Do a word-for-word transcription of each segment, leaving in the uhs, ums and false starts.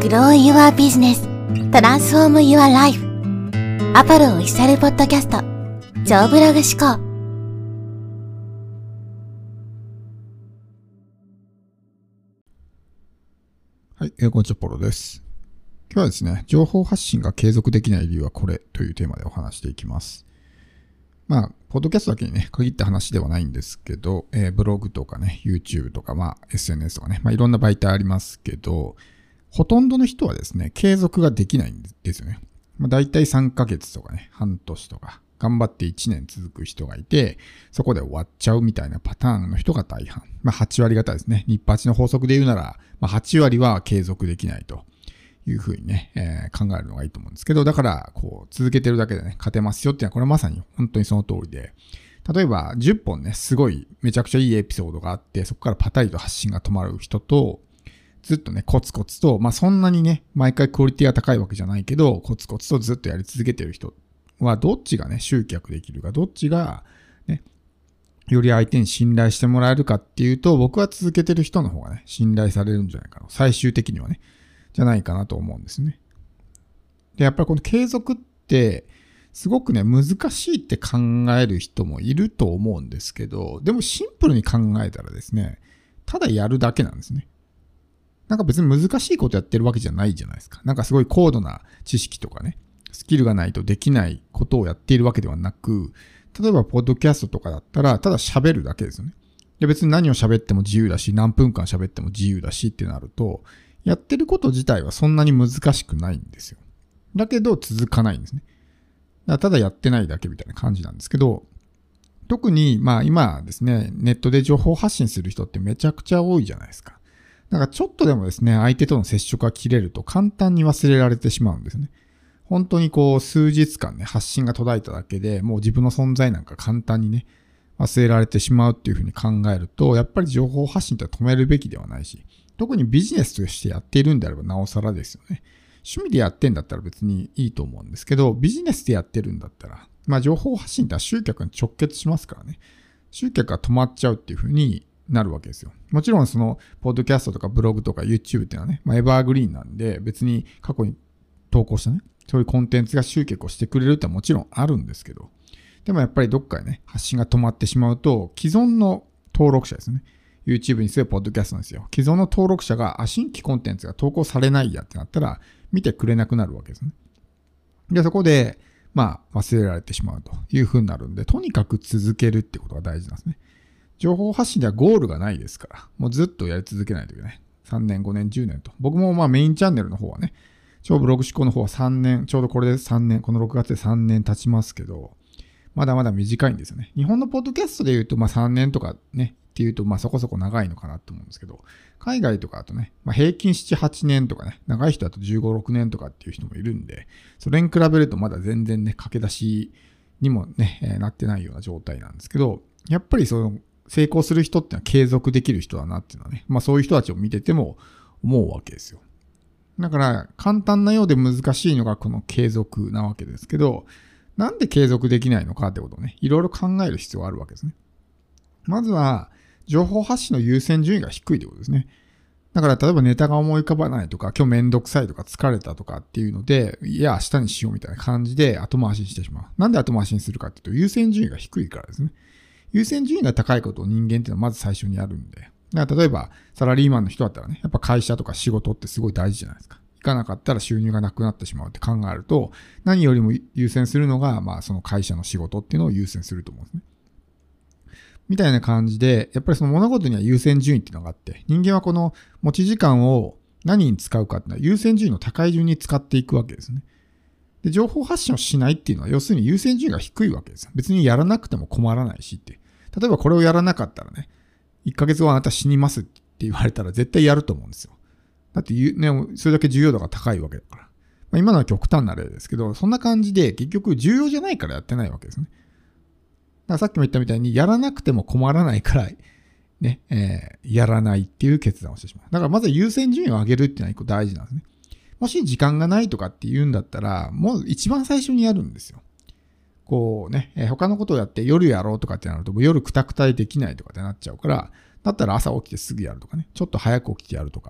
Grow Your Business Transform Your Life アポロオフィシャルポッドキャスト超ブログ思考。 はい、えー、こんにちは、ポロです。今日はですね、情報発信が継続できない理由はこれというテーマでお話していきます。まあ、ポッドキャストだけにね、限った話ではないんですけど、えー、ブログとかね、YouTube とか、まあ、エスエヌエス とかね、まあ、いろんな媒体ありますけど、ほとんどの人はですね、継続ができないんですよね。まあ、だいたいさんかげつとかね、半年とか、頑張っていちねん続く人がいて、そこで終わっちゃうみたいなパターンの人が大半。まあ、はちわり方ですね。日八の法則で言うなら、まあ、はちわりは継続できないというふうにね、えー、考えるのがいいと思うんですけど、だから、こう、続けてるだけでね、勝てますよっていうのは、これはまさに本当にその通りで、例えばじゅっぽんね、すごいめちゃくちゃいいエピソードがあって、そこからパタリと発信が止まる人と、ずっとね、コツコツと、まあそんなにね、毎回クオリティが高いわけじゃないけど、コツコツとずっとやり続けてる人は、どっちがね、集客できるか、どっちが、ね、より相手に信頼してもらえるかっていうと、僕は続けてる人の方がね、信頼されるんじゃないかな。最終的にはね、じゃないかなと思うんですね。で、やっぱりこの継続って、すごくね、難しいって考える人もいると思うんですけど、でもシンプルに考えたらですね、ただやるだけなんですね。なんか別に難しいことやってるわけじゃないじゃないですか。なんかすごい高度な知識とかね、スキルがないとできないことをやっているわけではなく、例えばポッドキャストとかだったら、ただ喋るだけですよね。で別に何を喋っても自由だし、何分間喋っても自由だしってなると、やってること自体はそんなに難しくないんですよ。だけど続かないんですね。だからただやってないだけみたいな感じなんですけど、特にまあ今ですね、ネットで情報発信する人ってめちゃくちゃ多いじゃないですか。だからちょっとでもですね、相手との接触が切れると簡単に忘れられてしまうんですね。本当にこう数日間ね、発信が途絶えただけでもう自分の存在なんか簡単にね、忘れられてしまうっていうふうに考えると、やっぱり情報発信って止めるべきではないし、特にビジネスとしてやっているんであればなおさらですよね。趣味でやってんだったら別にいいと思うんですけど、ビジネスでやってるんだったら、まあ情報発信って集客に直結しますからね。集客が止まっちゃうっていうふうになるわけですよ。もちろんその、ポッドキャストとかブログとか YouTube っていうのはね、まあエバーグリーンなんで、別に過去に投稿したね、そういうコンテンツが集客をしてくれるってのはもちろんあるんですけど、でもやっぱりどっかでね、発信が止まってしまうと、既存の登録者ですね。YouTube にせよ、ポッドキャストなんですよ。既存の登録者が、あ、新規コンテンツが投稿されないやってなったら、見てくれなくなるわけですね。で、そこで、まあ、忘れられてしまうという風になるんで、とにかく続けるってことが大事なんですね。情報発信ではゴールがないですから、もうずっとやり続けないといけない。さんねん、ごねん、じゅうねんと。僕もまあメインチャンネルの方はね、超ブログ思考の方はさんねん、ちょうどこれでさんねん、このろくがつでさんねん経ちますけど、まだまだ短いんですよね。日本のポッドキャストで言うと、まあさんねんとかね、っていうと、まあそこそこ長いのかなと思うんですけど、海外とかだとね、まあ平均なな、はちねんとかね、長い人だとじゅうご、ろくねんとかっていう人もいるんで、それに比べるとまだ全然ね、駆け出しにもね、えー、なってないような状態なんですけど、やっぱりその、成功する人ってのは継続できる人だなっていうのはね、まあそういう人たちを見てても思うわけですよ。だから簡単なようで難しいのがこの継続なわけですけど、なんで継続できないのかってことをね、いろいろ考える必要があるわけですね。まずは、情報発信の優先順位が低いってことですね。だから例えばネタが思い浮かばないとか、今日めんどくさいとか疲れたとかっていうので、いや、明日にしようみたいな感じで後回しにしてしまう。なんで後回しにするかっていうと、優先順位が低いからですね。優先順位が高いことを人間っていうのはまず最初にやるんで。だから例えば、サラリーマンの人だったらね、やっぱ会社とか仕事ってすごい大事じゃないですか。行かなかったら収入がなくなってしまうって考えると、何よりも優先するのが、まあその会社の仕事っていうのを優先すると思うんですね。みたいな感じで、やっぱりその物事には優先順位っていうのがあって、人間はこの持ち時間を何に使うかっていうのは優先順位の高い順に使っていくわけですね。で、情報発信をしないっていうのは要するに優先順位が低いわけですよ。別にやらなくても困らないしって。例えばこれをやらなかったらね、いっかげつごあなた死にますって言われたら絶対やると思うんですよ。だってね、それだけ重要度が高いわけだから。まあ、今のは極端な例ですけど、そんな感じで結局重要じゃないからやってないわけですね。だからさっきも言ったみたいにやらなくても困らないからね、えー、やらないっていう決断をしてしまう。だからまずは優先順位を上げるっていうのは一個大事なんですね。もし時間がないとかって言うんだったら、もう一番最初にやるんですよ。こうね、えー、他のことをやって夜やろうとかってなると、夜くたくたでできないとかってなっちゃうから、だったら朝起きてすぐやるとかね、ちょっと早く起きてやるとか、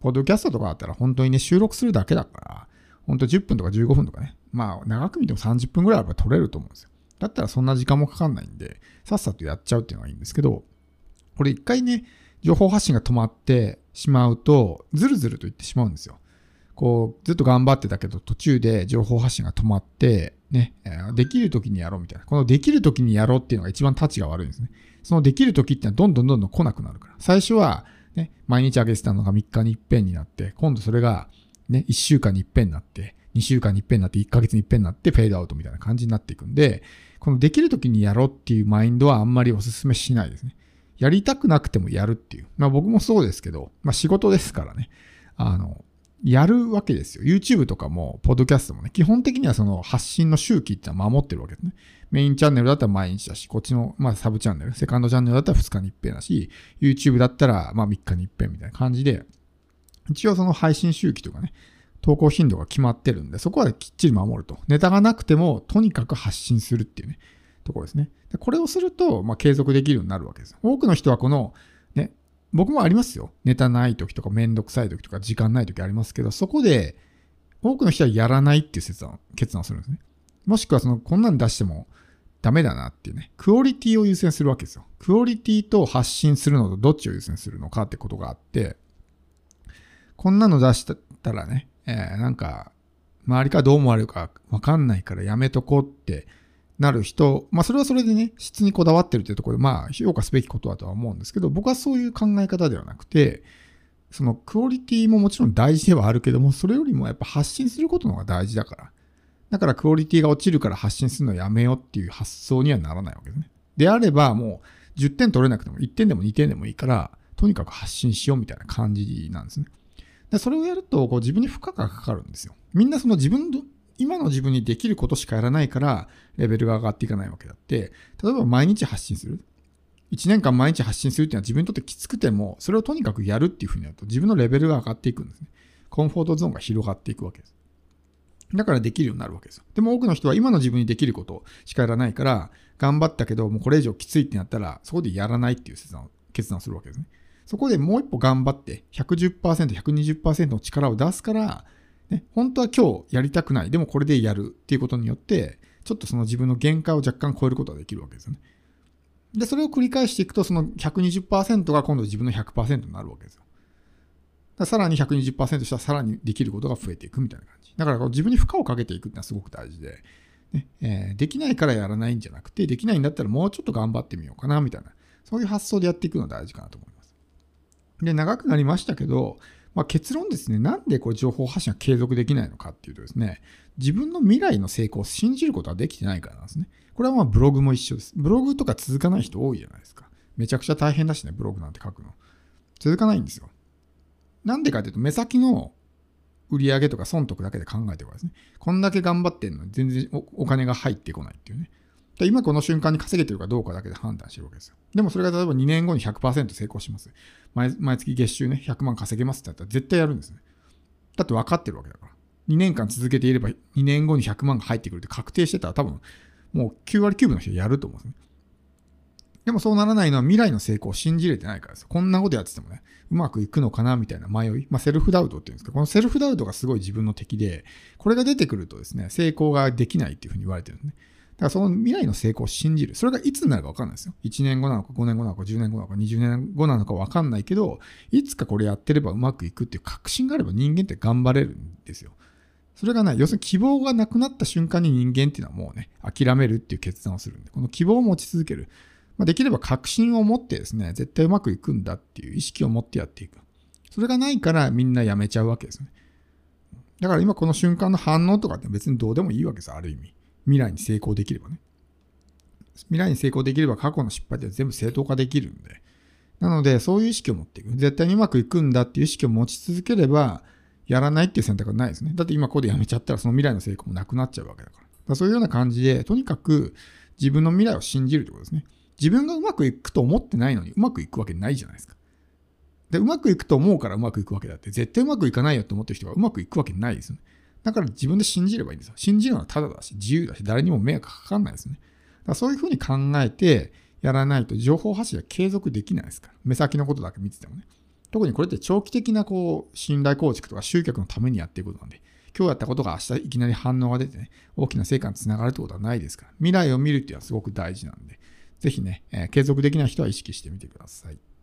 ポッドキャストとかだったら本当にね、収録するだけだから、本当じゅっぷんとかじゅうごふんとかね、まあ長く見てもさんじゅっぷんぐらいあれば撮れると思うんですよ。だったらそんな時間もかかんないんで、さっさとやっちゃうっていうのがいいんですけど、これ一回ね、情報発信が止まってしまうと、ずるずると言ってしまうんですよ。こう、ずっと頑張ってたけど、途中で情報発信が止まって、ね、できる時にやろうみたいな。このできる時にやろうっていうのが一番タチが悪いんですね。そのできる時ってのはどんどんどんどん来なくなるから。最初は、ね、毎日上げてたのがみっかに一遍になって、今度それが、ね、いっしゅうかんに一遍になって、にしゅうかんに一遍になって、いっかげつに一遍になって、フェードアウトみたいな感じになっていくんで、このできる時にやろうっていうマインドはあんまりお勧めしないですね。やりたくなくてもやるっていう。まあ僕もそうですけど、まあ仕事ですからね。あの、やるわけですよ。YouTube とかも、ポッドキャストもね、基本的にはその発信の周期ってのは守ってるわけですね。メインチャンネルだったら毎日だし、こっちの、まあサブチャンネル、セカンドチャンネルだったらふつかに一遍だし、YouTube だったらまあみっかに一遍みたいな感じで、一応その配信周期とかね、投稿頻度が決まってるんで、そこはきっちり守ると。ネタがなくても、とにかく発信するっていうね、ところですね。でこれをすると、まあ継続できるようになるわけです。多くの人はこの、ね、僕もありますよ。ネタない時とかめんどくさい時とか時間ない時ありますけど、そこで多くの人はやらないっていう決断決断をするんですね。もしくはそのこんなん出してもダメだなっていうね、クオリティを優先するわけですよ。クオリティと発信するのとどっちを優先するのかってことがあって、こんなの出したらね、えー、なんか周りからどう思われるかわかんないからやめとこうってなる人、まあそれはそれでね、質にこだわってるというところで、まあ評価すべきことだとは思うんですけど、僕はそういう考え方ではなくて、そのクオリティももちろん大事ではあるけども、それよりもやっぱ発信することの方が大事だから。だからクオリティが落ちるから発信するのやめようっていう発想にはならないわけですね。であればもうじゅってん取れなくてもいってんでもにてんでもいいから、とにかく発信しようみたいな感じなんですね。でそれをやるとこう自分に負荷がかかるんですよ。みんなその自分の今の自分にできることしかやらないからレベルが上がっていかないわけだって、例えば毎日発信する。いちねんかん毎日発信するっていうのは自分にとってきつくても、それをとにかくやるっていうふうになると自分のレベルが上がっていくんですね。コンフォートゾーンが広がっていくわけです。だからできるようになるわけですよ。でも多くの人は今の自分にできることしかやらないから、頑張ったけどもうこれ以上きついってなったら、そこでやらないっていう決断を、決断をするわけですね。そこでもう一歩頑張って ひゃくじゅっパーセント、ひゃくにじゅっパーセント の力を出すから、ね、本当は今日やりたくない。でもこれでやるっていうことによって、ちょっとその自分の限界を若干超えることができるわけですよね。で、それを繰り返していくと、その ひゃくにじゅっパーセント が今度自分の ひゃくパーセント になるわけですよ。ださらに ひゃくにじゅっパーセント したらさらにできることが増えていくみたいな感じ。だからこう自分に負荷をかけていくってのはすごく大事で、ねえー、できないからやらないんじゃなくて、できないんだったらもうちょっと頑張ってみようかなみたいな、そういう発想でやっていくのが大事かなと思います。で、長くなりましたけど、まあ、結論ですね、なんでこう情報発信が継続できないのかっていうとですね、自分の未来の成功を信じることができてないからなんですね。これはまあブログも一緒です。ブログとか続かない人多いじゃないですか。めちゃくちゃ大変だしね、ブログなんて書くの。続かないんですよ。なんでかっていうと、目先の売上とか損得だけで考えてるからですね。こんだけ頑張ってんのに全然 お, お金が入ってこないっていうね。で今この瞬間に稼げてるかどうかだけで判断してるわけですよ。でもそれが例えばにねんごに ひゃくパーセント 成功します。毎, 毎月月収ね、ひゃくまん稼げますってやったら絶対やるんですね。だって分かってるわけだから。にねんかん続けていればにねんごにひゃくまんが入ってくるって確定してたら多分もうきゅうわりきゅうぶの人やると思うんですね。でもそうならないのは未来の成功を信じれてないからですよ。こんなことやっててもね、うまくいくのかなみたいな迷い。まあセルフダウトっていうんですか、このセルフダウトがすごい自分の敵で、これが出てくるとですね、成功ができないっていうふうに言われてるんですね。だからその未来の成功を信じる。それがいつになるか分かんないですよ。いちねんごなのかごねんごなのかじゅうねんごなのかにじゅうねんごなのか分かんないけど、いつかこれやってればうまくいくっていう確信があれば人間って頑張れるんですよ。それがない。要するに希望がなくなった瞬間に人間っていうのはもうね、諦めるっていう決断をするんで、この希望を持ち続ける。まあ、できれば確信を持ってですね、絶対うまくいくんだっていう意識を持ってやっていく。それがないからみんなやめちゃうわけですね。だから今この瞬間の反応とかって別にどうでもいいわけです、ある意味。未来に成功できればね。未来に成功できれば過去の失敗って全部正当化できるんで。なので、そういう意識を持っていく。絶対にうまくいくんだっていう意識を持ち続ければ、やらないっていう選択はないですね。だって今ここでやめちゃったらその未来の成功もなくなっちゃうわけだから。だからそういうような感じで、とにかく自分の未来を信じるってことですね。自分がうまくいくと思ってないのにうまくいくわけないじゃないですか。で、うまくいくと思うからうまくいくわけだって、絶対うまくいかないよと思ってる人がうまくいくわけないですよね。だから自分で信じればいいんですよ。信じるのはただだし、自由だし、誰にも迷惑かかんないですね。だからそういうふうに考えてやらないと情報発信は継続できないですから。目先のことだけ見ててもね。 特にこれって長期的なこう信頼構築とか集客のためにやっていくことなんで、今日やったことが明日いきなり反応が出てね、大きな成果につながるってことはないですから、未来を見るっていうのはすごく大事なんで、ぜひね、えー継続できない人は意識してみてください。